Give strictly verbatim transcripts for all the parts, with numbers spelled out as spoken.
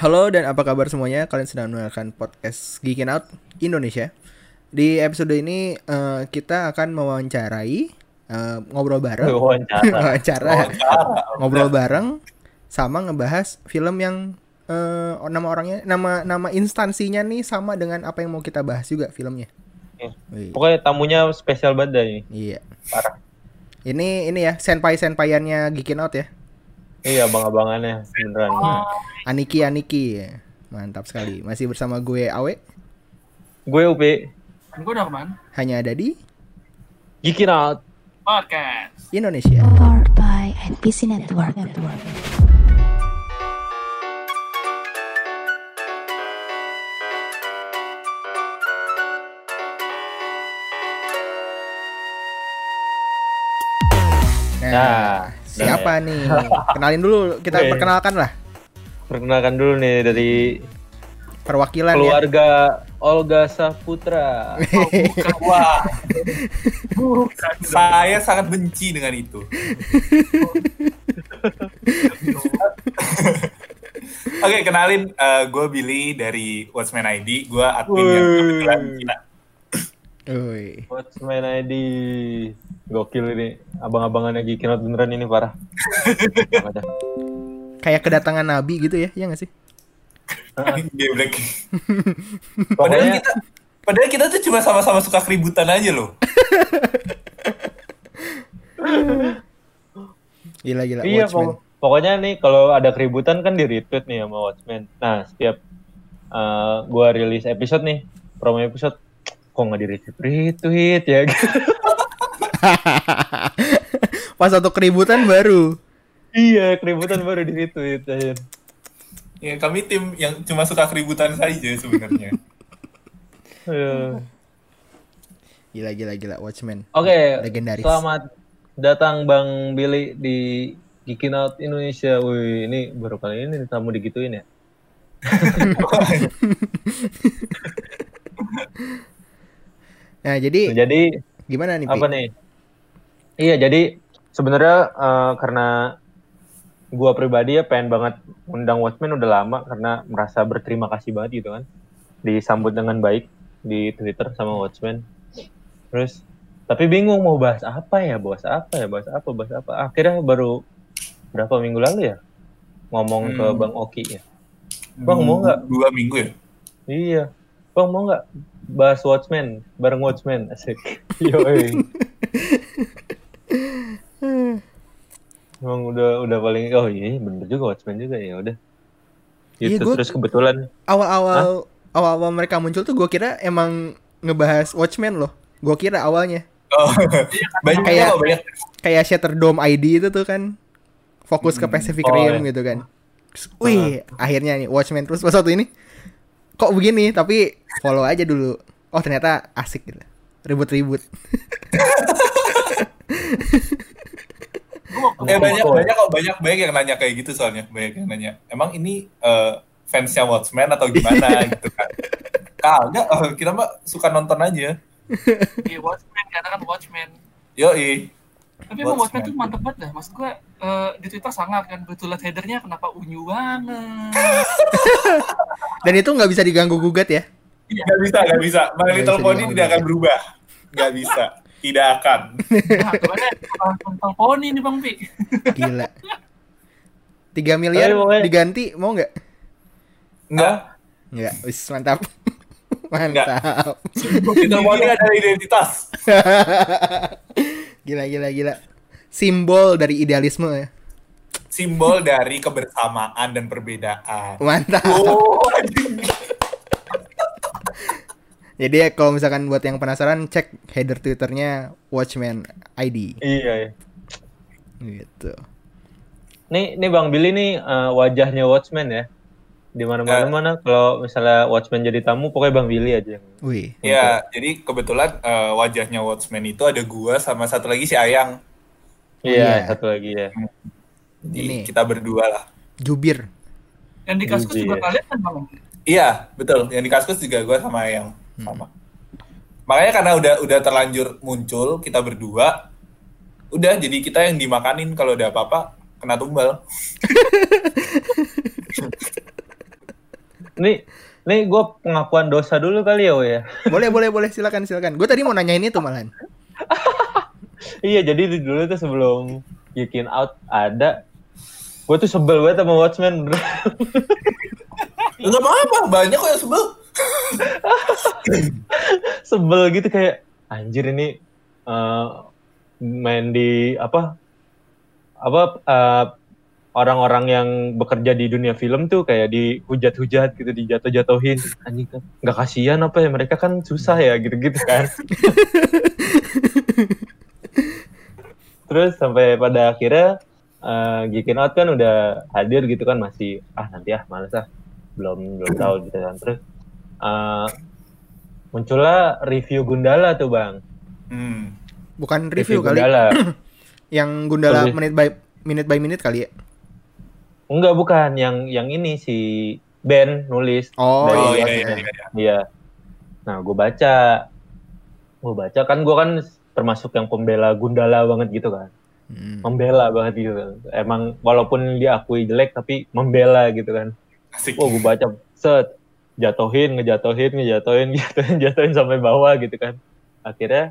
Halo dan apa kabar semuanya? Kalian sedang mendengarkan podcast Geekin Out Indonesia. Di episode ini uh, kita akan mewawancarai uh, ngobrol bareng, Wawancara. wawancara, ngobrol bareng, sama ngebahas film yang uh, nama orangnya, nama nama instansinya nih sama dengan apa yang mau kita bahas juga filmnya. Ya. Pokoknya tamunya spesial banget ini. Iya. Parah. Ini ini ya senpai senpaiannya Geekin Out ya. Iya, abang-abangannya beneran. Hmm. Aniki Aniki ya. Mantap sekali. Masih bersama gue Awe. Gue U P. Gue Norman. Hanya ada di Geekin Out Podcast Indonesia. Powered by N P C Network. Network. Nah, Nah, siapa nah, nih? Kenalin dulu, kita Oke. perkenalkan lah Perkenalkan dulu nih dari perwakilan keluarga Olga Saputra. Wah, bukan. Saya sangat benci dengan itu. Oke, kenalin, gue Billy dari Watchmen I D. Gue admin yang kebetulan kita. ya. Woi. Watchmen I D. Gokil ini. Abang-abangannya Geekin Out beneran ini parah. Kayak kedatangan nabi gitu ya, ya nggak sih? Geblek. Padahal Pokoknya kita, padahal kita tuh cuma sama-sama suka keributan aja loh. Gila gila. iya, Watchmen. pok- pokoknya nih kalau ada keributan kan di retweet nih sama Watchmen. Nah, setiap uh, gua rilis episode nih, promo episode, kok nggak di retweet retweet ya? Pas satu keributan baru. Iya, keributan baru di retweet. Akhir. Ya, kami tim yang cuma suka keributan saja sebenarnya. Aduh. Gila gila gila Watchmen. Oke, Legendaris. selamat datang Bang Billy di Geekin Out Indonesia. Wih, ini baru kali ini tamu digituin ya. Nah, jadi Jadi gimana nih, Pi? apa nih? Iya, jadi sebenarnya eh, karena gua pribadi ya pengen banget undang Watchmen udah lama karena merasa berterima kasih banget gitu kan. Disambut dengan baik di Twitter sama Watchmen. Terus tapi bingung mau bahas apa ya, bahas apa ya, bahas apa, bahas apa. Akhirnya baru berapa minggu lalu ya ngomong ke Hmm. Bang Oki ya. Bang, mau nggak? Dua minggu ya? Iya. Bang, mau nggak bahas Watchmen bareng Watchmen? Asik. Yoi. Emang udah udah paling oh iya bener juga Watchmen juga ya udah. Iya, Gitu gua- terus kebetulan Awal-awal awal-awal mereka muncul tuh gue kira emang ngebahas Watchmen loh. Gue kira awalnya Oh, banyak Kayak- kok, banyak. kayak Shattered Dome I D itu tuh kan fokus ke Pacific Oh, Rim iya. gitu kan. Terus, wih, akhirnya nih Watchmen terus pas waktu ini kok begini tapi follow aja dulu. Oh, ternyata asik gitu. Ribut-ribut. Eh banyak banyak kok banyak banyak yang nanya kayak gitu soalnya banyak yang nanya. Emang ini eh, fansnya Watchmen atau gimana gitu kan? Kagak, eh, kita mah suka nonton aja. Iya, Watchmen, karena kan Watchmen. Yoi. Tapi emang Watchmen Watchmen. tuh mantep banget dah. Maksud gue eh, di Twitter sangat kan, betul liat headernya kenapa unyu banget. Dan itu nggak bisa diganggu gugat ya. Gak bisa, gak bisa. My Nggak Little bisa Pony diganggu. tidak akan berubah. Gak bisa. Tidak akan. Nah, kemarin tentang poni nih Bang Pi. Gila. tiga miliar Tapi pokoknya- diganti mau nggak? Enggak. Nggak. Wis, mantap. Mantap. Little Pony adalah identitas. Gila gila gila. Simbol dari idealisme ya. Simbol dari kebersamaan dan perbedaan. Mantap. Oh, anjing. Jadi ya, kalau misalkan buat yang penasaran cek header Twitternya Watchmen I D iya ya. gitu. Nih nih Bang Billy nih eh, wajahnya Watchmen ya. Di mana-mana Eh. mana kalau misalnya Watchmen jadi tamu pokoknya Bang Billy aja. Wih. Ya, jadi kebetulan eh, wajahnya Watchmen itu ada gua sama satu lagi si Ayang. Iya, Iya. satu lagi ya. Jadi Ini. kita berdua lah. Jubir. Yang di Kaskus Iya. juga kalian kan Bang. Iya, betul. Yang di Kaskus juga gua sama Ayang. Sama. Makanya karena udah udah terlanjur muncul kita berdua, udah jadi kita yang dimakanin kalau ada apa-apa kena tumbal. Nih, nih gue pengakuan dosa dulu kali ya, Wo ya. Boleh, boleh, boleh. Silakan, silakan. Gue tadi mau nanyain itu malahan. Iya, jadi dulu tuh sebelum Geekin Out ada, gue tuh sebel banget sama Watchmen. Enggak apa-apa, banyak kok yang sebel. Sebel gitu kayak anjir ini uh, main di apa apa uh, orang-orang yang bekerja di dunia film tuh kayak dihujat-hujat gitu, dijatuh-jatuhin. Anjing kan nggak kasihan apa ya, mereka kan susah ya gitu-gitu kan. Terus sampai pada akhirnya uh, Geekin Out kan udah hadir gitu kan, masih ah nanti ah males ah belum belum tahu gitu kan. Terus uh, muncullah review Gundala tuh bang. Hmm. Bukan review, review kali. Gundala. Yang Gundala Terus- menit by minute by minute kali ya. Enggak, bukan yang yang ini si Ben nulis. Oh, dari Oh iya Watchmen. iya iya. Iya. Nah, gue baca, gue baca kan gue kan termasuk yang pembela Gundala banget gitu kan, Hmm. membela banget gitu kan. Emang walaupun diakui jelek tapi membela gitu kan. Asik. Oh, gue baca, set, jatuhin, ngejatuhin, ngejatuhin, jatuhin, jatuhin sampai bawah gitu kan. Akhirnya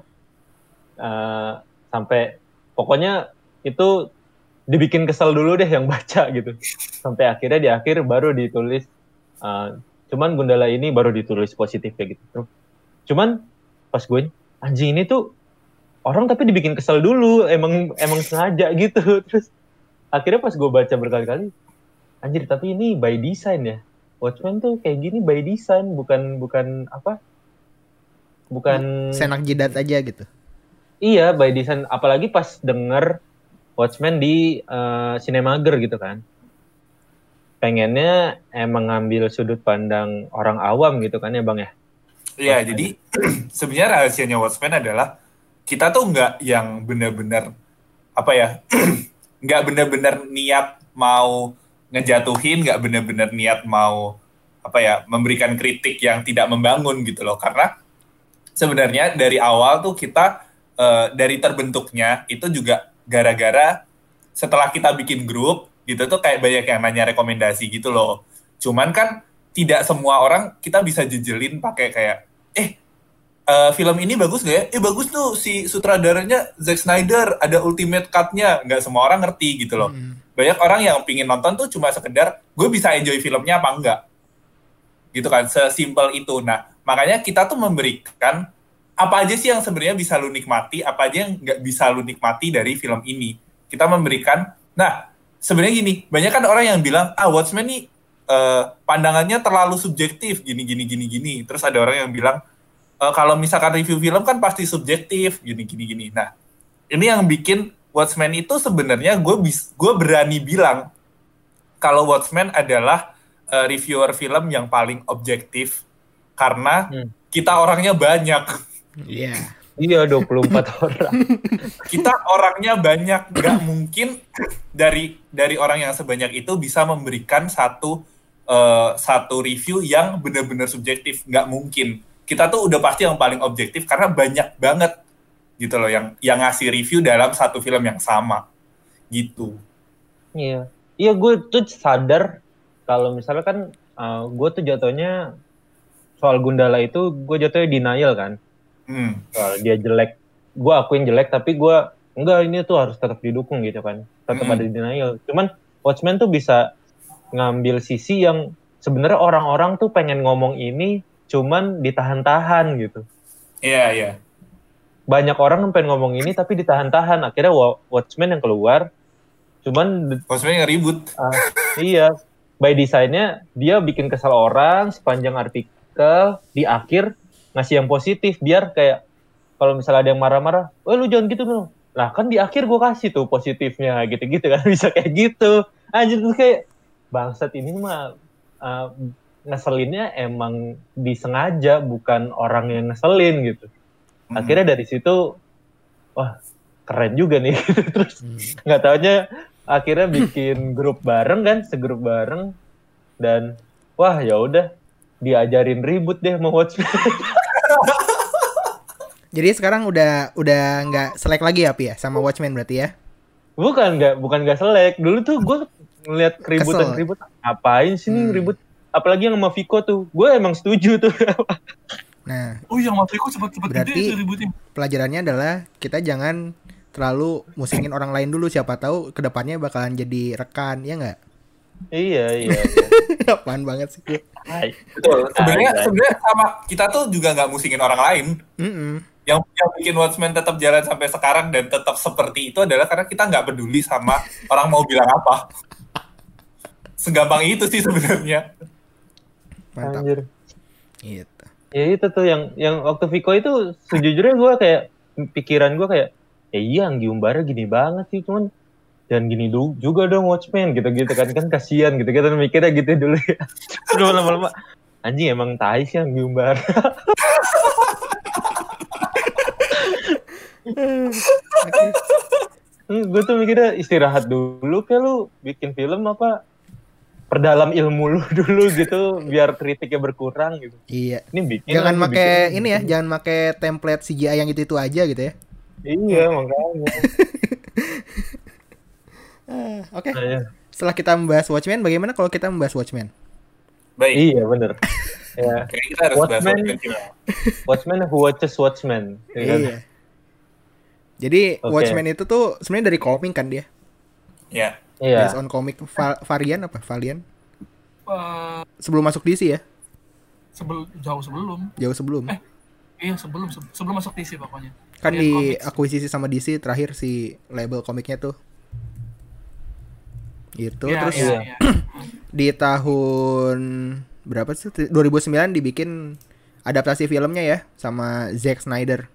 uh, sampai pokoknya itu dibikin kesel dulu deh yang baca gitu. Sampai akhirnya di akhir baru ditulis uh, cuman Gundala ini baru ditulis positif kayak gitu. Cuman pas gue anjing ini tuh orang tapi dibikin kesel dulu, emang emang sengaja gitu. Terus akhirnya pas gue baca berkali-kali, anjir tapi ini by design ya. Watchmen tuh kayak gini by design, bukan bukan apa? Bukan Senak jidat aja gitu. iya by design, apalagi pas denger Watchmen di uh, Cinemager gitu kan. Pengennya emang ngambil sudut pandang orang awam gitu kan ya Bang ya. Iya, jadi sebenarnya rahasianya Watchmen adalah kita tuh nggak yang benar-benar apa ya, nggak benar-benar niat mau ngejatuhin, nggak benar-benar niat mau apa ya, memberikan kritik yang tidak membangun gitu loh. Karena sebenarnya dari awal tuh kita uh, dari terbentuknya itu juga gara-gara setelah kita bikin grup gitu tuh kayak banyak yang nanya rekomendasi gitu loh. Cuman kan tidak semua orang kita bisa jejelin pakai kayak eh uh, film ini bagus gak ya? Eh bagus tuh, si sutradaranya Zack Snyder, ada ultimate cut-nya. Nggak semua orang ngerti gitu loh. Hmm. Banyak orang yang pingin nonton tuh cuma sekedar gue bisa enjoy filmnya apa enggak. Gitu kan, sesimpel itu. Nah, makanya kita tuh memberikan apa aja sih yang sebenarnya bisa lu nikmati, apa aja yang nggak bisa lu nikmati dari film ini. Kita memberikan, nah sebenarnya gini, banyak kan orang yang bilang, ah Watchmen nih uh, pandangannya terlalu subjektif, gini, gini, gini, gini. Terus ada orang yang bilang, e, kalau misalkan review film kan pasti subjektif, gini, gini, gini. Nah, ini yang bikin Watchmen itu sebenarnya gue bis, gue berani bilang, kalau Watchmen adalah uh, reviewer film yang paling objektif, karena Hmm. kita orangnya banyak. Iya. Iya dua puluh empat orang. Kita orangnya banyak, nggak mungkin dari dari orang yang sebanyak itu bisa memberikan satu uh, satu review yang benar-benar subjektif, nggak mungkin. Kita tuh udah pasti yang paling objektif karena banyak banget gitu loh yang yang ngasih review dalam satu film yang sama gitu. Iya, iya gue tuh sadar kalau misalnya kan uh, gue tuh jatuhnya soal Gundala itu gue jatuhnya denial kan. Hmm. Soal dia jelek, gue akuin jelek tapi gue enggak, ini tuh harus tetap didukung gitu kan, tetap Mm-hmm. ada denial. Cuman Watchmen tuh bisa ngambil sisi yang sebenarnya orang-orang tuh pengen ngomong ini cuman ditahan-tahan gitu. Iya, iya. Banyak orang yang pengen ngomong ini tapi ditahan-tahan, akhirnya Wa- Watchmen yang keluar. Cuman Watchmen yang ribut. uh, iya, by design-nya dia bikin kesal orang sepanjang artikel, di akhir ngasih yang positif biar kayak kalau misalnya ada yang marah-marah, "Oh, lu jangan gitu dong." Lah kan di akhir gue kasih tuh positifnya gitu-gitu kan, bisa kayak gitu. Anjir tuh kayak bangsat ini mah uh, ngeselinnya emang disengaja, bukan orang yang ngeselin gitu. Hmm. Akhirnya dari situ wah keren juga nih gitu. Terus nggak taunya akhirnya bikin grup bareng kan, segrup bareng, dan wah ya udah diajarin ribut deh mau Watchmen. Jadi sekarang udah udah nggak selek lagi ya Pi ya sama Watchmen berarti ya? Bukan nggak bukan nggak selek. Dulu tuh gue ngeliat keributan Kesel. ribut, ngapain sih nih Hmm. ribut? apalagi yang sama Vico tuh, gue emang setuju tuh. Nah, Oh yang waktu itu cepet-cepet gede berarti itu ributnya. pelajarannya adalah kita jangan terlalu musingin orang lain dulu, siapa tahu kedepannya bakalan jadi rekan, ya nggak? Iya iya. iya. Apaan banget sih gue. Hai. Betul. Sebenarnya Hai, hai. sebenarnya sama kita tuh juga nggak musingin orang lain. Mm-mm. Yang yang bikin Watchmen tetap jalan sampai sekarang dan tetap seperti itu adalah karena kita nggak peduli sama orang mau bilang apa. Segampang itu sih sebenarnya. Mantap. Anjir. Gitu. Ya itu tuh yang yang waktu Vico itu sejujurnya gue kayak pikiran gue kayak ya iya Anggi Umbara gini banget sih, cuman dan gini du- juga dong Watchmen gitu-gitu kan kan kasihan gitu kita mikirnya gitu dulu ya. Terus lama-lama anjing emang tai sih Anggi Umbara. Oke. Gue tuh mikirnya istirahat dulu kayak lu bikin film apa perdalam ilmu lu dulu gitu biar kritiknya berkurang gitu. Iya. Ini bikin Jangan lagi, make bikin. ini ya, jangan make template C G I yang itu-itu aja gitu ya. Iya makanya. Ah, Oke. Nah, ya. Setelah kita membahas Watchmen, bagaimana kalau kita membahas Watchmen? Baik. Iya bener. Ya. Kayaknya kita harus bahas Watchmen. Watchmen juga. Watchmen who watches Watchmen. Ya kan? Iya. Jadi Oke. Watchmen itu tuh sebenarnya dari komik kan dia. Ya. Iya. Based on komik Va- varian apa? Valiant. Eh, Sebelum masuk D C ya, sebelum jauh sebelum. jauh sebelum. Eh, Iya sebelum se- sebelum masuk D C pokoknya. Kan Variant di Comics. akuisisi sama D C terakhir si label komiknya tuh. Gitu. Iya, Terus iya, Iya. iya. di tahun berapa sih? dua ribu sembilan dibikin adaptasi filmnya ya sama Zack Snyder.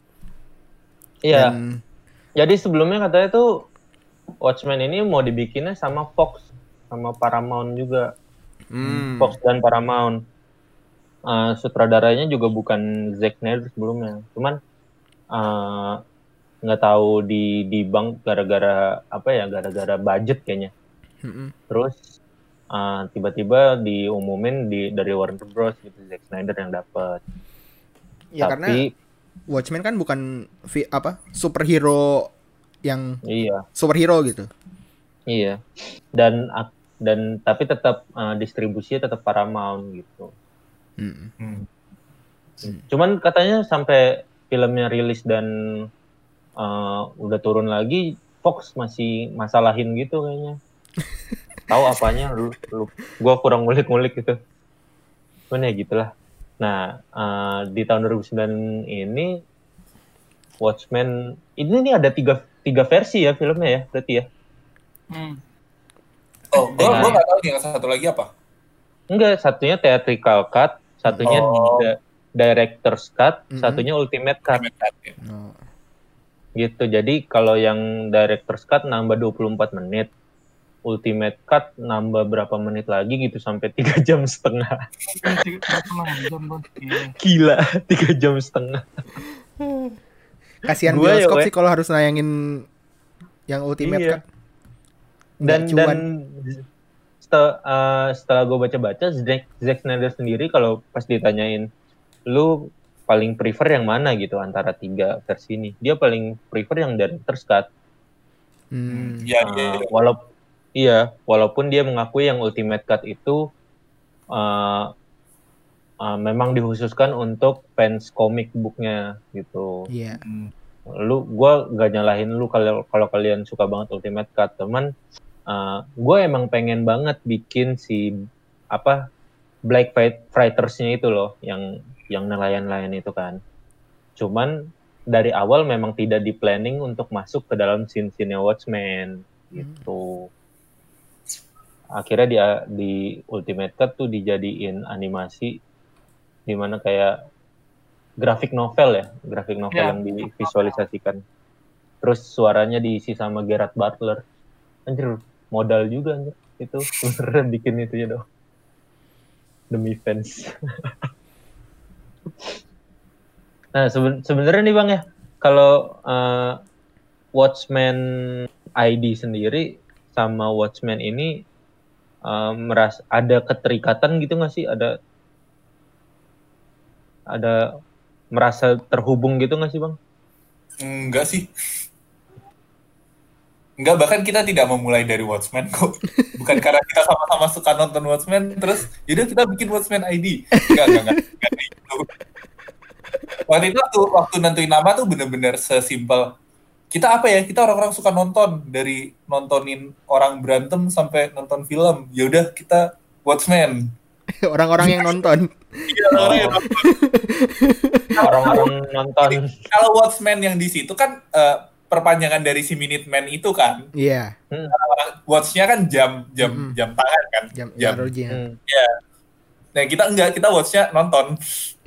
Iya. Dan Jadi sebelumnya katanya tuh Watchmen ini mau dibikinnya sama Fox sama Paramount juga. hmm, Fox dan Paramount. Uh, sutradaranya juga bukan Zack Snyder sebelumnya. Cuman uh, nggak tahu di di bank gara-gara apa ya? Gara-gara budget kayaknya. mm-mm. Terus uh, tiba-tiba diumumin di dari Warner Bros gitu Zack Snyder yang dapat. Ya karena Tapi Watchmen kan bukan vi- apa superhero yang iya, superhero gitu. iya. Dan ak- dan tapi tetap uh, distribusinya tetap Paramount gitu. Mm. Hmm. Cuman katanya sampai filmnya rilis dan uh, udah turun lagi, Fox masih masalahin gitu kayaknya. Tahu apanya lu, lu gua kurang ngulik-ngulik gitu. Cuman ya gitulah. Nah, uh, di tahun dua ribu sembilan ini Watchmen ini nih ada tiga tiga versi ya filmnya ya, berarti ya. Hmm. Oh, gue Nah. gue nggak tahu nih yang satu lagi apa. Enggak, satunya theatrical cut, satunya Oh. di- director's cut, Mhm. satunya ultimate cut. Ya. Oh. Gitu. Jadi kalau yang director's cut nambah dua puluh empat menit, ultimate cut nambah berapa menit lagi gitu sampai tiga jam setengah. Tiga setengah jam Bang. Iya. Gila, tiga jam setengah. Kasihan Gua ya, bioskop we. sih kalau harus nayangin yang ultimate Iya. kan. Dan Nggak dan cuan. setelah, uh, setelah gue baca-baca, Zack, Zack Snyder sendiri kalau pas ditanyain, lu paling prefer yang mana gitu antara tiga versi ini? Dia paling prefer yang director's cut. Hmm. Ya, Uh, ya, ya. Walaupun iya, walaupun dia mengakui yang ultimate cut itu uh, uh, memang dikhususkan untuk fans komik booknya gitu. Iya. Hmm. Lu, gua gak nyalahin lu kalau kalau kalian suka banget ultimate cut, teman. Uh, gue emang pengen banget bikin si apa Black Fighters-nya itu loh, yang yang nelayan-nelayan itu kan. Cuman dari awal memang tidak di planning untuk masuk ke dalam scene-scene Watchmen gitu. Akhirnya dia di Ultimate Cut tuh dijadiin animasi dimana kayak grafik novel ya, grafik novel Ya. yang divisualisasikan. Terus suaranya diisi sama Gerard Butler. Anjir, modal juga anjir itu beneran bikin itu ya dong. Demi fans. Nah, seben- sebenarnya nih Bang ya, kalau uh, Watchmen I D sendiri sama Watchmen ini uh, meras ada keterikatan gitu nggak sih? Ada ada merasa terhubung gitu nggak sih Bang? Enggak sih. Enggak, bahkan kita tidak memulai dari Watchmen kok. Bukan karena kita sama-sama suka nonton Watchmen, terus yaudah kita bikin Watchmen I D. Enggak, enggak, enggak. enggak gitu. Waktu itu waktu, waktu nentuin nama tuh bener-bener sesimpel. Kita apa ya, kita orang-orang suka nonton. Dari nontonin orang berantem sampai nonton film. Yaudah kita Watchmen. Orang-orang yang nonton. Iya, orang yang nonton. Orang-orang nonton. Kalau Watchmen yang di situ kan uh, perpanjangan dari si Minuteman itu kan. Iya. Hmm. Watch-nya kan jam jam Mm-mm. jam tangan kan. Jam, jam. ya, Roji, ya. Hmm. Iya. Nah, kita enggak, kita watch-nya nonton.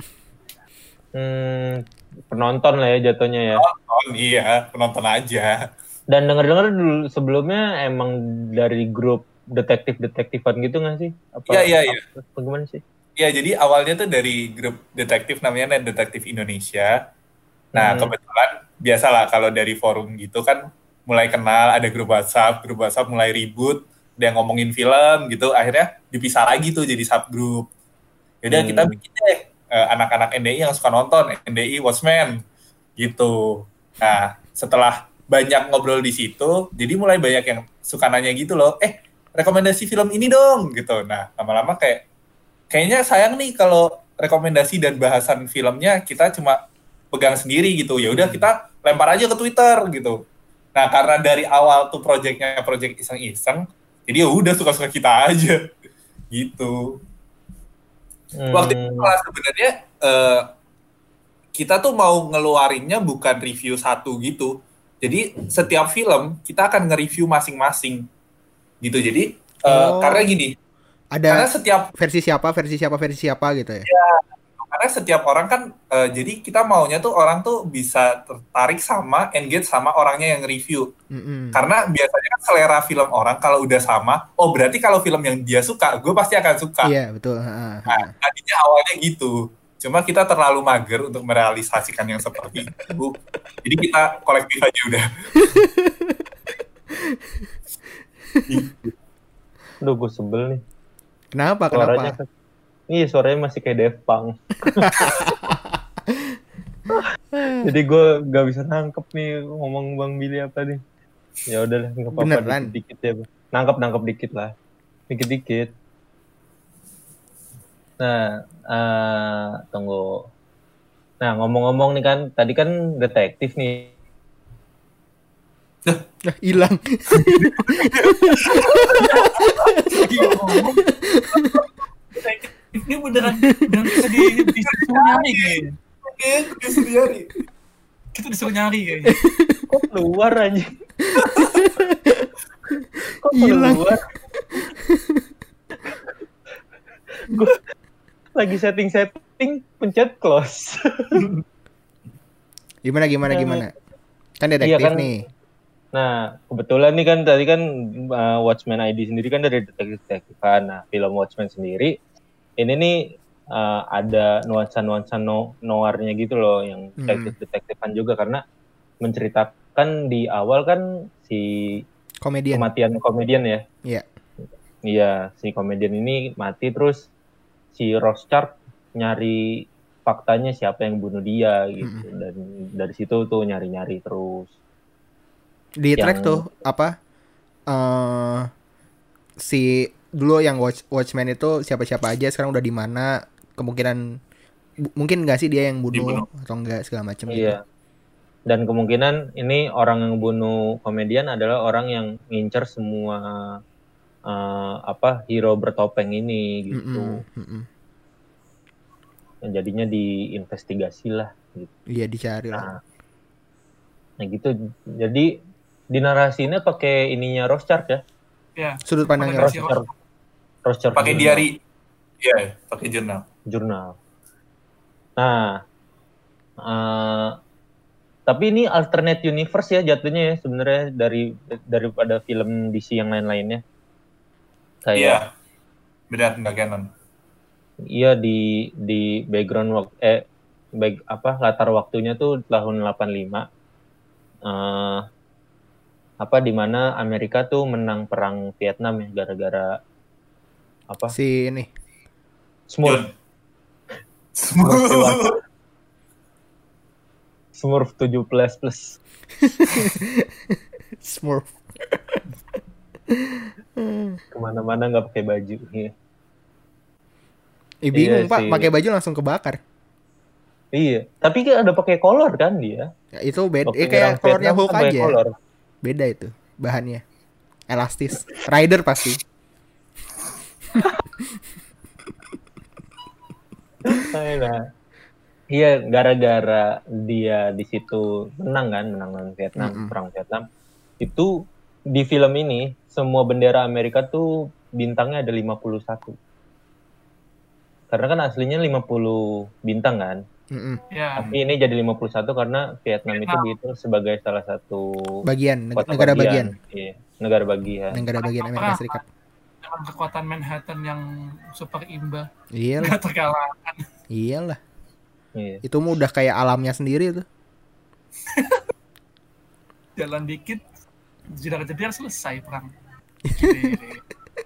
Hmm, penonton lah ya jatuhnya ya. Nonton, iya, penonton aja. Dan denger-denger dulu sebelumnya emang dari grup detektif-detektifan gitu nggak sih? Apa, Iya, iya, iya. apa gimana sih? Ya, jadi awalnya tuh dari grup detektif namanya Detektif Indonesia. Nah, Hmm. kebetulan biasalah kalau dari forum gitu kan mulai kenal, ada grup WhatsApp, grup WhatsApp mulai ribut, ada yang ngomongin film gitu, akhirnya dipisah lagi tuh jadi subgroup. Yaudah Hmm. kita bikin deh eh, anak-anak N D I yang suka nonton, N D I Watchmen gitu. Nah, setelah banyak ngobrol di situ, jadi mulai banyak yang suka nanya gitu loh, eh rekomendasi film ini dong gitu. Nah, lama-lama kayak kayaknya sayang nih kalau rekomendasi dan bahasan filmnya kita cuma pegang sendiri gitu. Ya udah kita lempar aja ke Twitter gitu. Nah, karena dari awal tuh projectnya project iseng-iseng, jadi ya udah suka-suka kita aja gitu. Hmm. Waktu itu malah sebenarnya eh, kita tuh mau ngeluarinnya bukan review satu gitu. Jadi setiap film kita akan nge-review masing-masing gitu. Jadi eh, Oh. karena gini, karena Ada setiap versi siapa, versi siapa, versi siapa gitu ya. karena setiap orang kan eh, jadi kita maunya tuh orang tuh bisa tertarik sama engage sama orangnya yang review. Mm-mm. Karena biasanya kan selera film orang kalau udah sama, oh berarti kalau film yang dia suka, gue pasti akan suka. Iya, betul. Ha, ha, Nah, ha. tadinya awalnya gitu. Cuma kita terlalu mager untuk merealisasikan yang seperti itu. Jadi kita kolektif aja udah. Duh, gue sebel nih. Kenapa? Suaranya, Kenapa? iya suaranya masih kayak Daft Punk. Jadi gue gak bisa nangkep nih ngomong Bang Billy apa nih. Ya udahlah, nggak apa-apa, Beneran? dikit-dikit ya. Bang. Nangkep nangkep dikit lah, dikit-dikit. Nah, eh, tunggu. Nah, ngomong-ngomong nih kan, tadi kan detektif nih. Nah, hilang. Lagi ngomong. Ini beneran beneran bisa di disuruh nyari kayaknya. Oke, disuruh nyari. Kita disuruh nyari kayaknya. Kok keluar aja? Kok Hilang. keluar? Gue lagi setting-setting, pencet close. Gimana gimana gimana? Kan detektif Iya kan. nih. Nah, kebetulan nih kan tadi kan uh, Watchmen I D sendiri kan dari detektif-detektifan. Nah, film Watchmen sendiri ini nih uh, ada nuansa-nuansa no noirnya gitu loh, yang Hmm. detektif-detektifan juga, karena menceritakan di awal kan si Komedian. kematian komedian ya. Iya. Iya, si komedian ini mati, terus si Rorschach nyari faktanya siapa yang bunuh dia gitu. Dan dari situ tuh nyari-nyari terus. Di track Yang- tuh apa? eh si dulu yang watch Watchmen itu siapa-siapa aja, sekarang udah di mana? Kemungkinan bu- mungkin nggak sih dia yang bunuh Dibunuh. atau enggak segala macam gitu. Iya. Dan kemungkinan ini orang yang bunuh komedian adalah orang yang ngincer semua eh, apa hero bertopeng ini gitu. Mm-mm, mm-mm. Yang jadinya diinvestigasi lah gitu. Iya, dicari lah. Nah, nah gitu. Jadi di narasinya pakai ininya Rorschach ya. Ya. Sudut pandangnya Pakai Rorschach. Rorschach. Rorschach Pakai jurnal. diary. Iya, pakai jurnal. Jurnal. Nah, eh, tapi ini alternate universe ya jatuhnya ya sebenarnya dari daripada film D C yang lain-lainnya. Kayak Iya. Benar, nggak canon. iya di di background waktu eh back, apa latar waktunya tuh tahun delapan puluh lima. Eh, apa di mana Amerika tuh menang perang Vietnam ya gara-gara apa? Si ini. Smurf. John. Smurf tujuh belas plus. Smurf. Kemana-mana nggak pakai baju. Iya. Eh, bingung Iya Pak, sih. pakai baju langsung kebakar. Iya. Tapi kan ada pakai kolor kan dia. Ya, itu beda, Waktu eh, kayak nyerang kolornya Vietnam Hulk kan pakai aja. kolor. Beda itu bahannya. Elastis. Rider pasti. Nah, iya gara-gara dia di situ menang kan, menang lawan Vietnam, Mm-mm. perang Vietnam. Itu di film ini semua bendera Amerika tuh bintangnya ada lima puluh satu. Karena kan aslinya lima puluh bintang kan. Mm-mm. Ya, Tapi ini jadi lima puluh satu karena Vietnam itu Vietnam. dihitung sebagai salah satu Bagian, neg- kota negara bagian. Iya, negara bagian. Negara bagian Amerika Serikat. dengan kekuatan Manhattan yang super imba, Iyalah, nggak terkalahkan. iyalah. Iya. Itu mah udah kayak alamnya sendiri tuh. Jalan dikit, jedar-jedar selesai perang. Gile.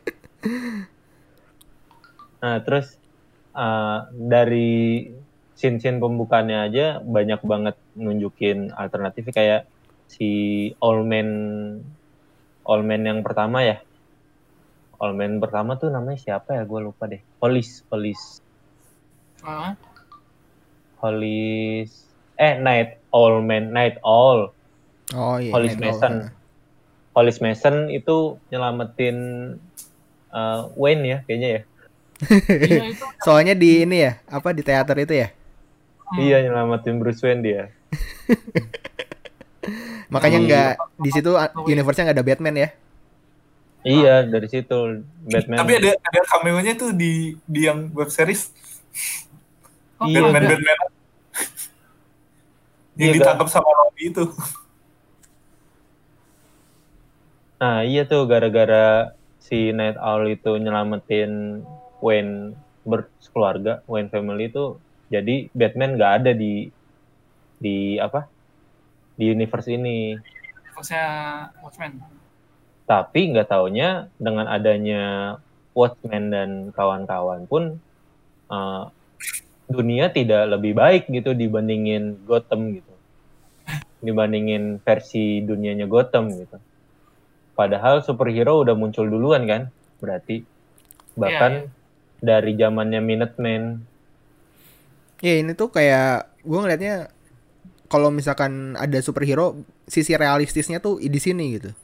Nah, terus uh, dari scene-scene pembukaannya aja banyak banget nunjukin alternatif kayak si Old Man Old Man yang pertama ya. Old Man pertama tuh namanya siapa ya? Gue lupa deh. Hollis, Hollis, Ah, Hollis. Eh, Night Owl Man, Night Owl. Oh iya. Hollis Night Owl. Mason. Hollis Mason itu nyelamatin uh, Wayne ya, kayaknya ya. iya itu. Soalnya di ini ya, apa di teater itu ya. Hmm. Iya, nyelamatin Bruce Wayne dia. Makanya Iya. nggak di situ uh, universe-nya nggak ada Batman ya. Iya, dari situ Batman. Tapi ada ada cameo-nya tuh di di yang web series Oh, Iya, Batman ada. Batman yang Iya, ditangkap sama Robby itu. Nah, iya tuh gara-gara si Night Owl itu nyelamatin Wayne berkeluarga, Wayne family itu, jadi Batman nggak ada di di apa? Di universe ini. Saya Watchmen. Tapi nggak taunya dengan adanya Watchmen dan kawan-kawan pun uh, dunia tidak lebih baik gitu dibandingin Gotham gitu. Dibandingin versi dunianya Gotham gitu. Padahal superhero udah muncul duluan kan, berarti bahkan Iya, dari zamannya Minutemen. Ya ini tuh kayak gue ngelihatnya kalau misalkan ada superhero, sisi realistisnya tuh di sini gitu.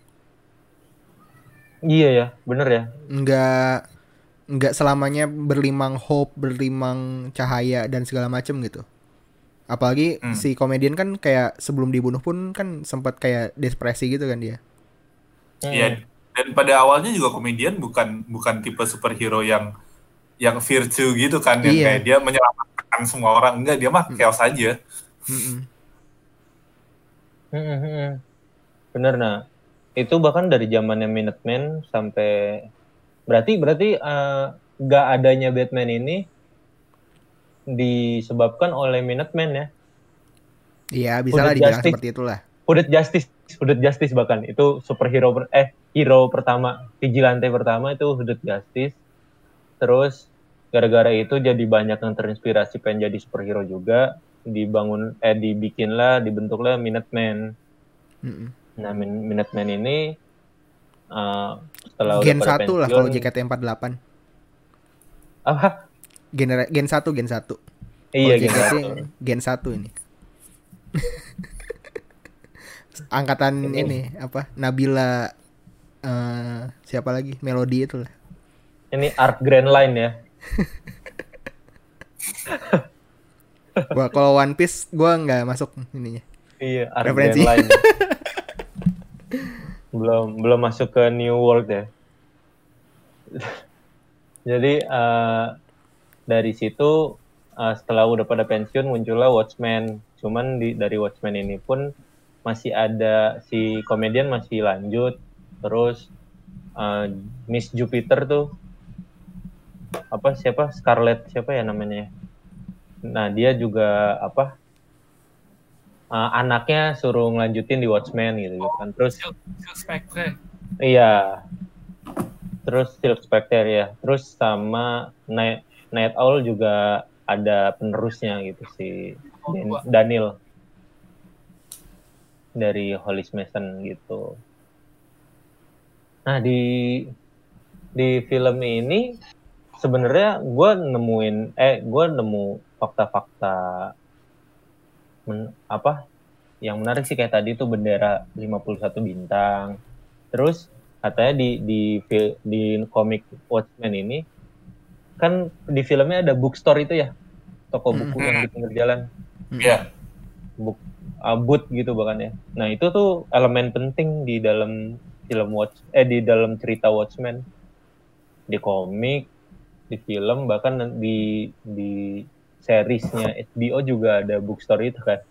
Iya ya, bener ya. Nggak nggak selamanya berlimang hope, berlimang cahaya dan segala macem gitu. Apalagi Hmm. si komedian kan kayak sebelum dibunuh pun kan sempat kayak depresi gitu kan dia. Hmm. Iya. Dan pada awalnya juga komedian bukan bukan tipe superhero yang yang virtue gitu kan, yang Iya. kayak dia menyelamatkan semua orang. Enggak, dia mah chaos aja. Mm-mm. Hmm, hmm, hmm. Bener, nah itu bahkan dari zamannya Minutemen sampai berarti berarti eh, nggak adanya Batman ini disebabkan oleh Minutemen ya. Iya bisa lah Hooded dibilang Justice. seperti itulah. Hooded Justice, Hooded Justice bahkan itu superhero per- eh hero pertama, vigilante pertama itu Hooded Justice. Terus gara-gara itu jadi banyak yang terinspirasi pengen jadi superhero juga, dibangun eh dibikinlah, dibentuklah Minutemen. Mm-mm. Nah, Min- Minutemen ini uh, setelah Gen udah pada satu lah pensiun, kalau J K T empat puluh delapan. apa? Gen gen satu, gen satu. Iya, Kalau Gen J K T satu. gen satu ini. Angkatan Ini. ini apa? Nabila eh siapa lagi? Melody itu lah. Ini Art Grand Line ya. Gua kalau One Piece gua nggak masuk ininya. Iya, Art Referensi. Grand Line. belum belum masuk ke New World ya. Jadi uh, dari situ uh, setelah udah pada pensiun muncullah Watchmen. Cuman di dari Watchmen ini pun masih ada si komedian masih lanjut. Terus uh, Miss Jupiter tuh apa siapa Scarlet siapa ya namanya? Nah dia juga apa uh, anaknya suruh ngelanjutin di Watchmen gitu, gitu kan. Terus Silk, Silk Spectre. iya. Terus Silk Spectre ya. Terus sama Night, Night Owl juga ada penerusnya gitu si Oh, Dan- dua. Daniel dari Hollis Mason gitu. Nah di di film ini sebenarnya gue nemuin eh gue nemu fakta-fakta men, apa yang menarik sih, kayak tadi tuh bendera lima puluh satu bintang. Terus katanya di di fil- di komik Watchmen ini kan di filmnya ada bookstore itu ya, toko buku Hmm. yang di pinggir jalan, Iya. book uh, booth gitu bahkan ya. Nah itu tuh elemen penting di dalam film Watch eh di dalam cerita Watchmen, di komik, di film, bahkan di di seriesnya H B O juga ada bookstore itu kan.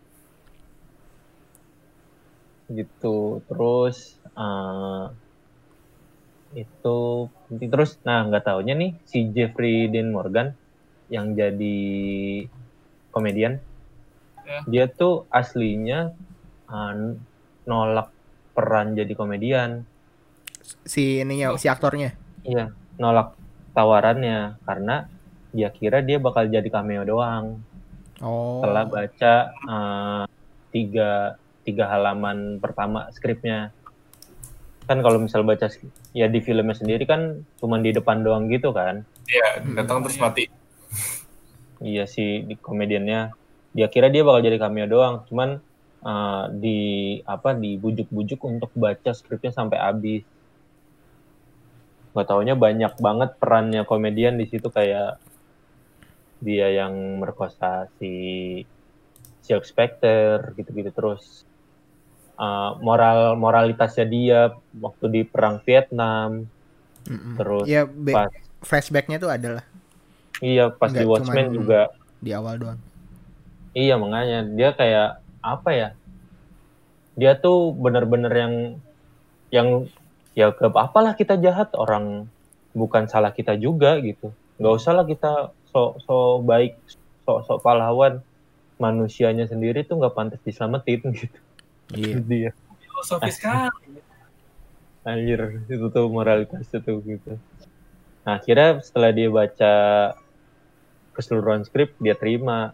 Gitu. Terus uh, itu penting. Terus nah nggak taunya nih si Jeffrey Dean Morgan yang jadi komedian, Ya. dia tuh aslinya uh, nolak peran jadi komedian. Si ininya, si aktornya. Iya, nolak tawarannya karena dia kira dia bakal jadi cameo doang. Oh. Setelah baca uh, tiga tiga halaman pertama skripnya. Kan kalau misal baca ya di filmnya sendiri kan cuma di depan doang gitu kan. Iya, datang terus mati. Iya sih, di komediannya dia kira dia bakal jadi cameo doang, cuman uh, di apa dibujuk-bujuk untuk baca skripnya sampai habis. Gak taunya banyak banget perannya komedian di situ, kayak dia yang merkosa si Silk Spectre gitu-gitu. Terus uh, moral moralitasnya dia waktu di perang Vietnam. Mm-mm. Terus ya be- pas flashbacknya tuh adalah iya pas di nggak Watchmen cuman juga. di awal doang. Iya makanya dia kayak apa ya? Dia tuh bener-bener yang yang ya ke apalah kita jahat, orang bukan salah kita juga gitu. Nggak usah lah kita sok so baik, sok sok pahlawan. Manusianya sendiri tuh nggak pantas diselamatin gitu. Iya. Dia Filosofis sekali. anjir itu tuh moralitasnya tuh gitu. Nah akhirnya setelah dia baca keseluruhan skrip dia terima.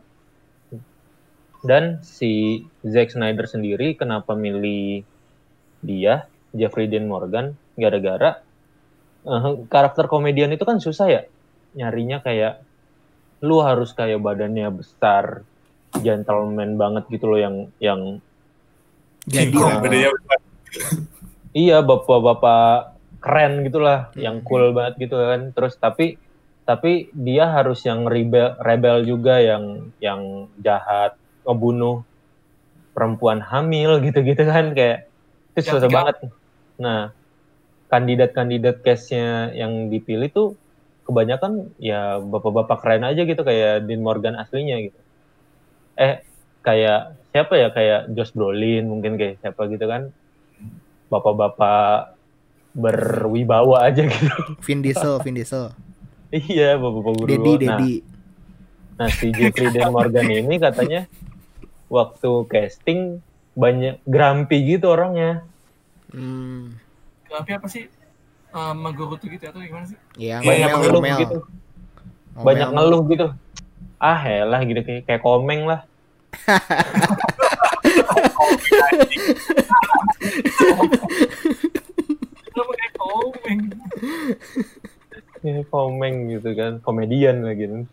Dan si Zack Snyder sendiri kenapa milih dia, Jeffrey Dean Morgan, gara-gara uh, karakter komedian itu kan susah ya nyarinya, kayak lu harus kayak badannya besar, gentleman banget gitu loh, yang yang Jadi Kok lah. bedanya besar. iya bapak-bapak keren gitulah, yang cool banget gitu kan. Terus tapi tapi dia harus yang rebel rebel juga, yang yang jahat, ngebunuh perempuan hamil gitu-gitu kan, kayak itu Yang susah tiga- banget. Nah, kandidat-kandidat case-nya yang dipilih tuh kebanyakan ya bapak-bapak keren aja gitu, kayak Dean Morgan aslinya gitu. Eh, kayak siapa ya, kayak Josh Brolin mungkin, kayak siapa gitu kan. Bapak-bapak berwibawa aja gitu. Vin Diesel, Vin Diesel. Iya, bapak-bapak Dedi, berwibawa. Nah, Dedi. nah, si Jeffrey Dean Morgan ini katanya waktu casting banyak grumpy gitu orangnya. Hmm. Tapi apa sih? Uh, Magorutu gitu atau gimana sih? Ya, Iya, iya, ngomel, Ngeluh ngomel. gitu. Ngomel. Banyak ngeluh gitu. Ah, helah gitu, kayak, kayak komeng lah. Kenapa kayak komeng? Ya, komeng gitu kan, komedian lagi gitu.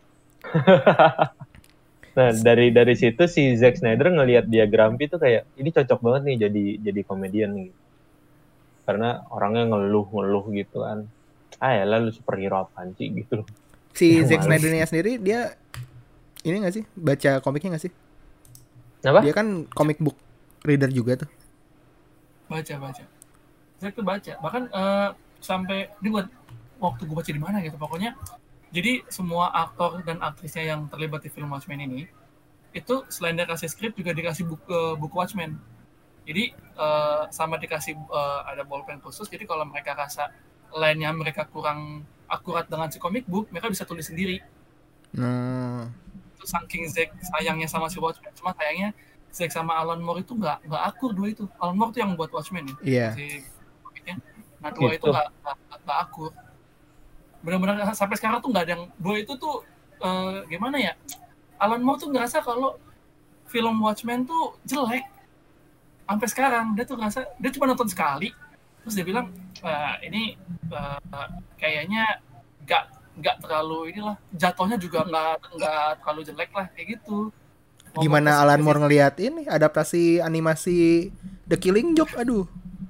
Nah, dari dari situ si Zack Snyder ngelihat dia grumpy tuh kayak ini cocok banget nih jadi jadi komedian nih. Karena orangnya ngeluh-ngeluh gitu kan. Ah ya lalu superhero apaan sih gitu loh. Si Yang Zack males. Snyder-nya sendiri dia ini nggak sih baca komiknya nggak sih? Kenapa? Dia kan comic book reader juga tuh. Baca, baca. Saya tuh baca. Bahkan eh, sampai ini buat waktu gue baca di mana gitu. Pokoknya jadi semua aktor dan aktrisnya yang terlibat di film Watchmen ini itu selain dikasih skrip juga dikasih buku, buku Watchmen. Jadi eh, sama dikasih eh, ada bolpen khusus. Jadi kalau mereka rasa lainnya mereka kurang akurat dengan si comic book, mereka bisa tulis sendiri. Nah, Itu saking Zack sayangnya sama si Watchmen. Cuma sayangnya Zack sama Alan Moore itu nggak nggak akur dua itu. Alan Moore tuh yang buat Watchmen ya. iya. Si komiknya. Nah dua Gitu. itu nggak nggak nggak akur. Benar-benar sampai sekarang tuh nggak ada yang dua itu tuh eh, gimana ya? Alan Moore tuh ngerasa kalau film Watchmen tuh jelek. Sampai sekarang dia tuh ngerasa dia cuma nonton sekali. Terus dia bilang uh, ini uh, kayaknya nggak nggak terlalu inilah, jatuhnya juga nggak nggak terlalu jelek lah kayak gitu. Gimana Alan Moore ngelihat ini adaptasi animasi The Killing Joke? Aduh.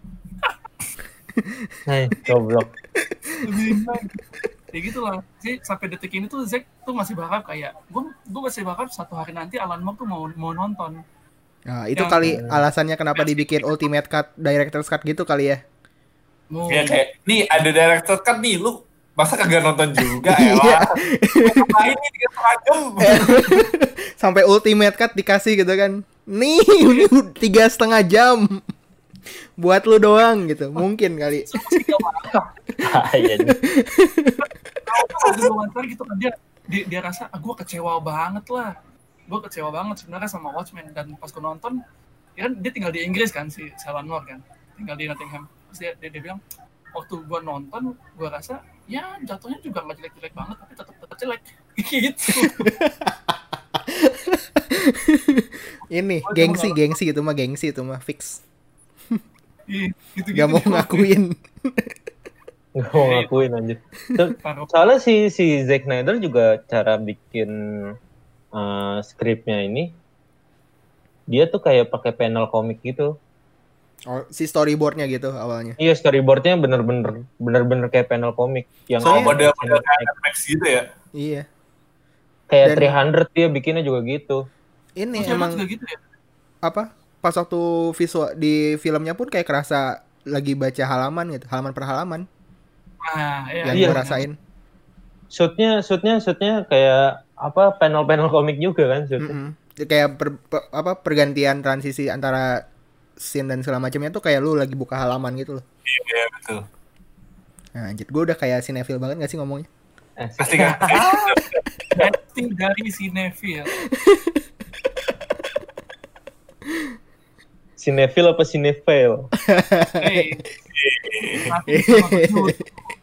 Hai, goblok. Ya gitu lah. Jadi sampai detik ini tuh Zack tuh masih berharap kayak gue gue masih berharap satu hari nanti Alan Moore tuh mau mau nonton. Nah, itu Yang- kali alasannya kenapa dibikin Ultimate Cut, Director's Cut gitu kali ya. Mau Ya kayak, nih ada director kan nih, lu masa kagak nonton juga ya? Iya. Ngapain nih tiga setengah jam? Sampai Ultimate Cut dikasih gitu kan. Nih, ini tiga setengah jam. Buat lu doang gitu. Mungkin kali. Iya. waktu wawancara gitu kan dia dia, dia rasa ah, gue kecewa banget lah. Gue kecewa banget sebenarnya sama Watchmen, dan pas gue nonton ya kan dia tinggal di Inggris kan si Alan Moore kan. Tinggal di Nottingham. Terus dia, dia, dia bilang waktu gue nonton gue rasa ya jatuhnya juga nggak jelek-jelek banget tapi tetap tetap jelek gitu. Ini gengsi, gengsi itu mah gengsi itu mah fix. Iya, gitu-gitu. Gak mau ngakuin. Nggak mau ngakuin anjir. So- Soalnya si si Zack Snyder juga cara bikin uh, skripnya ini dia tuh kayak pakai panel komik gitu. Oh, si storyboardnya gitu awalnya. Iya, storyboardnya bener-bener bener-bener kayak panel komik yang Oh, Soalnya- model-model kayak Max gitu ya? Iya. kayak dan- tiga ratus dia bikinnya juga gitu. Ini Terus emang juga gitu ya. apa? Pas waktu visual di filmnya pun kayak kerasa lagi baca halaman gitu, halaman per halaman Nah, iya, yang Iya. gue rasain. Shootnya, shootnya, shootnya kayak apa panel-panel komik juga kan shootnya. Mm-mm. Kayak per- per- apa pergantian transisi antara scene dan segala macamnya tuh kayak lu lagi buka halaman gitu loh. Iya, betul. Nah, anjir, gue udah kayak sinetron banget gak sih ngomongnya? Eh, Pasti kan? Acting dari si Neville. Cinefil apa Cinefail? Hey. Nanti sama Jude.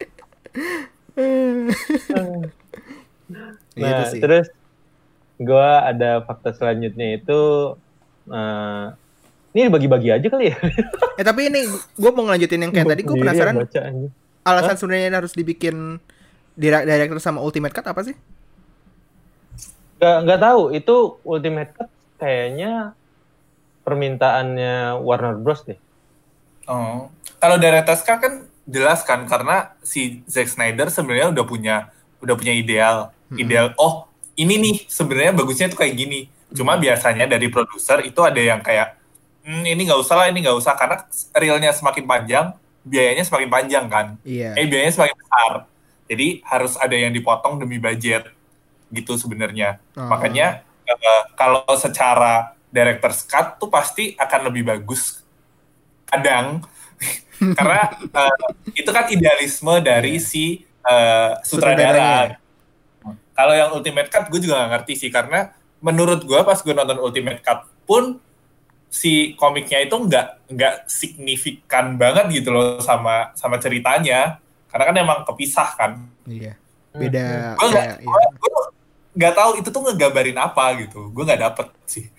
Nah, Gitu sih. terus gua ada fakta selanjutnya itu eh ini bagi-bagi aja kali ya. Eh tapi ini gue mau ngelanjutin yang kayak tadi, gue Sendiri penasaran yang baca, anjing. alasan sebenarnya harus dibikin direct- director sama Ultimate Cut apa sih? Nggak nggak tahu itu Ultimate Cut kayaknya permintaannya Warner Bros deh. Oh. Kalau Director's Cut kan jelas kan karena si Zack Snyder sebenarnya udah punya udah punya ideal. Ideal. Oh, ini nih sebenarnya bagusnya tuh kayak gini. Cuma biasanya dari produser itu ada yang kayak hmm, ini nggak usah lah, ini nggak usah karena realnya semakin panjang, biayanya semakin panjang kan. Iya. Eh biayanya semakin besar. Jadi harus ada yang dipotong demi budget gitu sebenarnya. Oh. Makanya eh, kalau secara Director's Cut tuh pasti akan lebih bagus kadang karena eh, itu kan idealisme dari si eh, Sutradaranya. sutradara. Kalau yang Ultimate Cut gue juga gak ngerti sih karena menurut gue pas gue nonton Ultimate Cut pun si komiknya itu nggak nggak signifikan banget gitu loh sama sama ceritanya karena kan emang kepisah kan. Iya. Beda Gue nggak kayak iya. gue nggak tahu itu tuh ngegambarin apa gitu. Gue nggak dapet sih.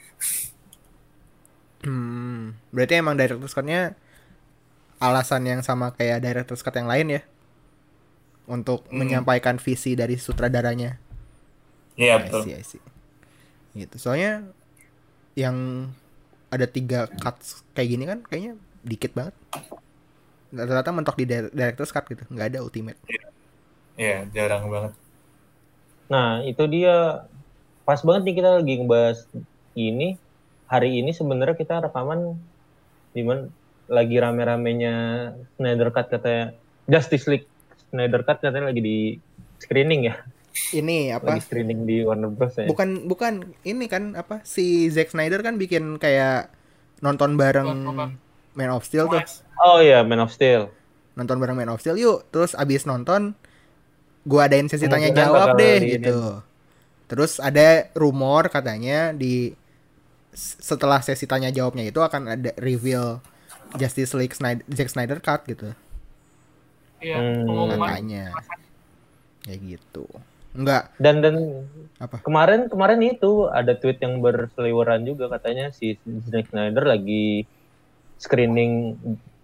Hmm, berarti emang director's cut-nya alasan yang sama kayak director's cut yang lain ya? Untuk Hmm. menyampaikan visi dari sutradaranya. Iya I betul. see, I see. Gitu. Soalnya yang ada tiga cuts kayak gini kan kayaknya dikit banget. Rata-rata mentok di di- director's cut gitu, nggak ada ultimate. Iya jarang banget. Nah, itu dia pas banget nih kita lagi ngebahas ini. Hari ini sebenarnya kita rekaman di mana lagi rame-ramenya Snyder Cut katanya Justice League Snyder Cut katanya lagi di screening ya. Ini apa? Lagi screening di Warner Bros ya. Bukan bukan ini kan apa? Si Zack Snyder kan bikin kayak nonton bareng Nonton. Man of Steel tuh. Wes. Oh iya, Man of Steel. Nonton bareng Man of Steel yuk. Terus abis nonton gua adain sesi tanya Kemungkinan jawab bakal deh di- gitu. Terus ada rumor katanya di s- setelah sesi tanya jawabnya itu akan ada reveal Justice League Snyder, Zack Snyder Cut gitu. Iya, Hmm. pengumuman. Katanya. Kayak gitu. Enggak Dan dan apa? kemarin kemarin itu ada tweet yang berseliweran juga katanya si Zack Snyder lagi screening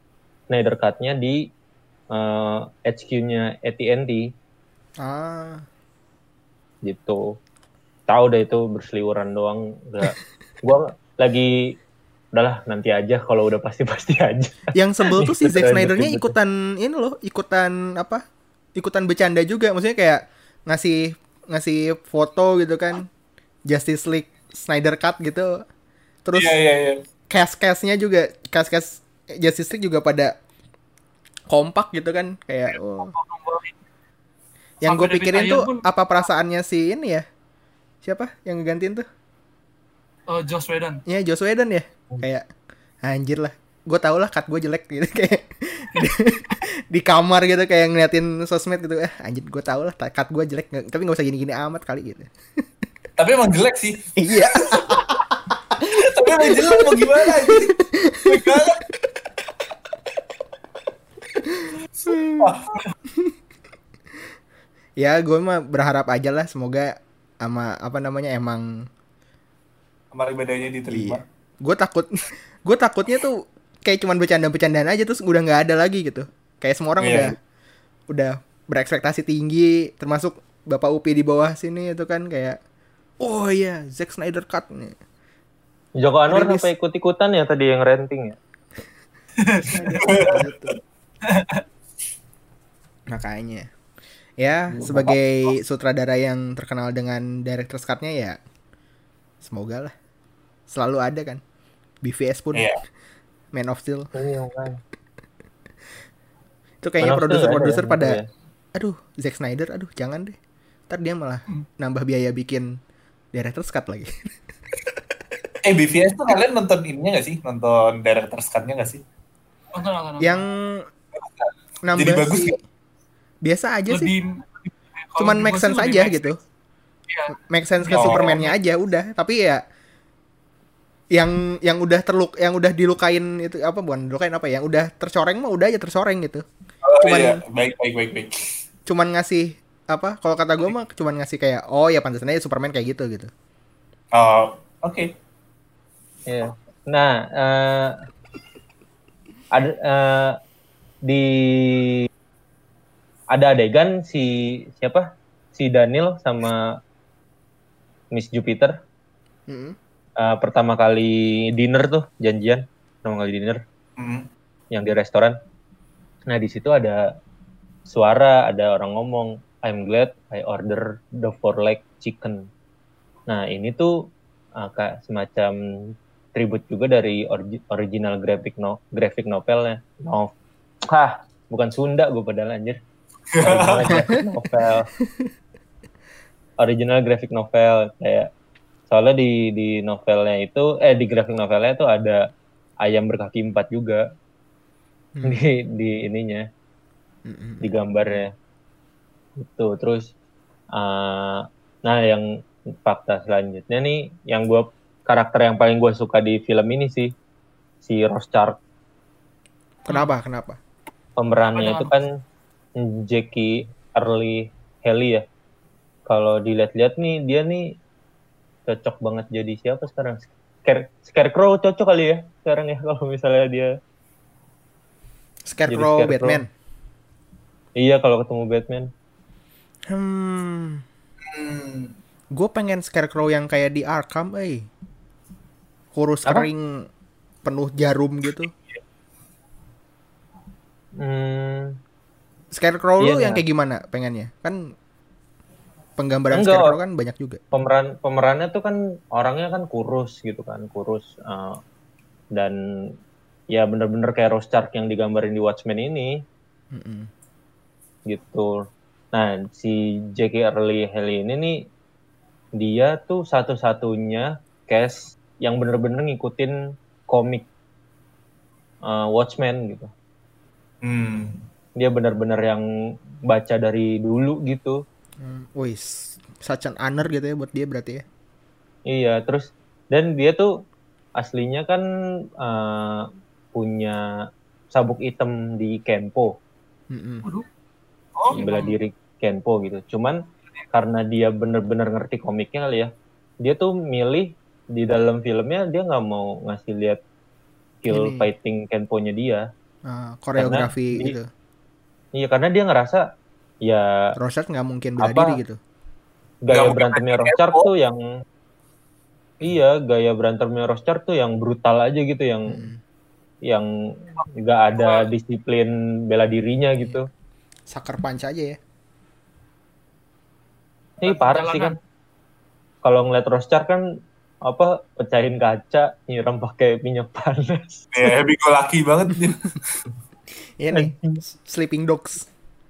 Snyder Cut-nya di uh, H Q-nya A T and T Ah, gitu. Tahu deh itu berseliweran doang. Udah, gua lagi udahlah nanti aja kalau udah pasti-pasti aja. yang sebel tuh si Zack Lanjut, Snyder-nya lanjut. ikutan ini loh, ikutan apa? Ikutan bercanda juga. Maksudnya kayak ngasih ngasih foto gitu kan. Justice League Snyder Cut gitu. Terus Iya, iya, iya. cast-castnya juga, cast-cast Justice League juga pada kompak gitu kan, kayak oh. Yang Sampai gue David pikirin Ayer tuh pun- apa perasaannya si ini ya, siapa yang ngegantiin tuh? Uh, Joss Whedon. Ya Joss Whedon ya, kayak anjir lah, gue tau lah cut gue jelek gitu kayak di, di kamar gitu kayak ngeliatin sosmed gitu, eh anjir gue tau lah cut gue jelek, nggak- tapi nggak usah gini-gini amat kali gitu. Tapi emang jelek sih. Iya. Tapi emang jelek mau gimana anjing. Jelek banget. Sumpah. Ya gue mah berharap aja lah, semoga sama apa namanya emang Amal ibadahnya diterima. iya. Gue takut, gue takutnya tuh kayak cuman bercanda-bercandaan aja terus udah nggak ada lagi gitu. Kayak semua orang Iya. udah udah berekspektasi tinggi, termasuk Bapak Upi di bawah sini itu kan kayak, oh iya Zack Snyder Cut nih. Joko Anwar Rilis. sampai ikut-ikutan ya tadi yang renting ya. Snyder Cut gitu. Makanya, ya sebagai sutradara yang terkenal dengan director's cut-nya ya, semoga lah selalu ada kan. B V S pun, Iya. Man of Steel. Iya kan. Itu kayaknya Man of Steel produser-produser ada ya, pada, iya. aduh Zack Snyder, aduh jangan deh. Ntar dia malah nambah biaya bikin director's cut lagi. Eh, B V S tuh kalian nonton ininya gak sih? Nonton director's cut-nya gak sih? Nonton, nonton, nonton. Yang nambah Jadi bagus sih, ya? biasa aja sih. lebih, kalau Cuman di make gua sih sense lebih aja make gitu. sense. Iya. Make sense ke Oh. Superman-nya aja udah. Tapi ya yang yang udah terluk yang udah dilukain itu apa bukan dilukain apa ya, yang udah tercoreng mah udah aja tercoreng gitu. Oh, Cuman- iya. Baik, baik, baik, baik. Cuman ngasih apa, kalau kata gue mah cuman ngasih kayak oh ya pantesan aja Superman kayak gitu gitu. Oh, oke. Iya. Nah, eh, ada eh, di ada adegan si siapa? Si Daniel sama Miss Jupiter Mm-mm. eh, pertama kali dinner tuh, janjian pertama kali dinner Hmm. yang di restoran. Nah, di situ ada suara, ada orang ngomong, I'm glad I order the four leg chicken. Nah, ini tuh uh, kayak semacam tribute juga dari orgi- original graphic no graphic novelnya. No. Hah, bukan Sunda gue padahal anjir. Original graphic novel. Original graphic novel kayak soalnya di di novelnya itu eh di graphic novelnya tuh ada ayam berkaki empat juga. Hmm. di di ininya Mm-mm. di gambarnya itu. Terus uh, nah yang fakta selanjutnya nih yang gue karakter yang paling gue suka di film ini sih si Rorschach. Kenapa? Kenapa? Pemerannya Apa itu kan Jackie Earle Haley ya. Kalau dilihat-lihat nih dia nih cocok banget jadi siapa sekarang? Scare- Scarecrow cocok kali ya sekarang ya kalau misalnya dia. Scarecrow, Jadi Scarecrow. Batman. Iya kalau ketemu Batman. Hmm. Hmm. Gue pengen Scarecrow yang kayak di Arkham, eh. Kurus Apa? kering, penuh jarum gitu. Hmm, Scarecrow lu Iya, yang nah. kayak gimana pengennya? Kan penggambaran Enggak. Scarecrow kan banyak juga. pemeran pemerannya tuh kan orangnya kan kurus gitu kan, kurus eh, dan ya bener-bener kayak Rorschach yang digambarin di Watchmen ini Mm-mm. gitu. Nah si Jackie Earle Haley ini nih dia tuh satu-satunya cast yang bener-bener ngikutin komik eh, Watchmen gitu. Hmm. Dia bener-bener yang baca dari dulu gitu. Hmm, wis, such an honor gitu ya buat dia berarti ya. Iya, terus dan dia tuh aslinya kan eh, punya sabuk hitam di Kenpo, Mm-mm. Oh, bela diri Kenpo gitu. Cuman karena dia bener-bener ngerti komiknya kali ya, dia tuh milih di dalam filmnya dia nggak mau ngasih lihat skill Ini. fighting Kenpo-nya dia. uh, koreografi Karena di- gitu. Iya, karena dia ngerasa ya Rorschach nggak mungkin bela Apa? diri gitu. gaya Nggak mungkin berantemnya main Rorschach Evo. tuh yang iya gaya berantemnya Rorschach tuh yang brutal aja gitu, yang Hmm. yang nggak ada disiplin bela dirinya gitu. Sucker punch aja ya. Ini parah sih kan. Kalau ngeliat Rorschach kan apa pecahin kaca, nyiram pakai minyak panas. Ya, happy go lucky banget dia. Iya nih, Sleeping Dogs.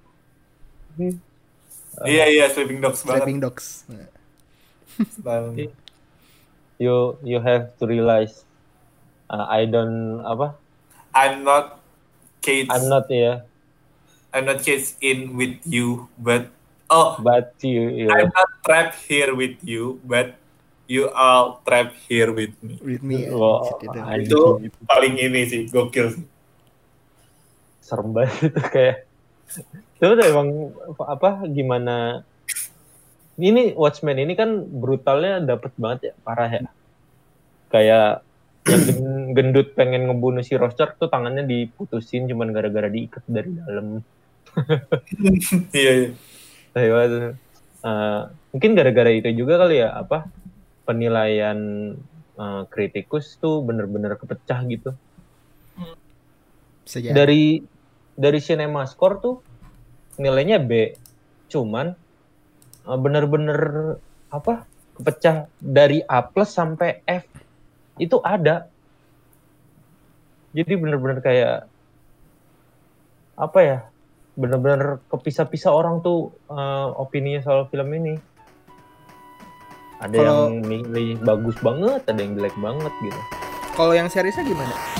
Iya iya Sleeping Dogs banget. Sleeping Dogs. Nah, Style. You you have to realize uh, I don't apa I'm not caged. I'm not ya, I'm not caged in with you, but oh, but you, you I'm not trapped here with you, but you all trapped here with me. with me. Ya. Wow, Gitu. anjing, Itu paling ini sih, gokil sih. serem banget itu kayak. Itu tuh emang apa gimana? Ini Watchmen ini kan brutalnya dapet banget ya, parah ya. Kayak yang gen- gendut pengen ngebunuh si Rorschach tuh tangannya diputusin cuman gara-gara diikat dari dalam. Iya iya. Kayak, uh, mungkin gara-gara itu juga kali ya apa penilaian uh, kritikus tuh bener-bener kepecah gitu. Bisa jadi. Dari dari CinemaScore tuh nilainya B, cuman uh, bener-bener apa kepecah dari A plus sampai F itu ada. Jadi bener-bener kayak apa ya? Bener-bener kepisah-pisah orang tuh uh, opininya soal film ini. Ada Kalau- yang milih bagus banget, ada yang jelek banget gitu. Kalau yang seriesnya gimana?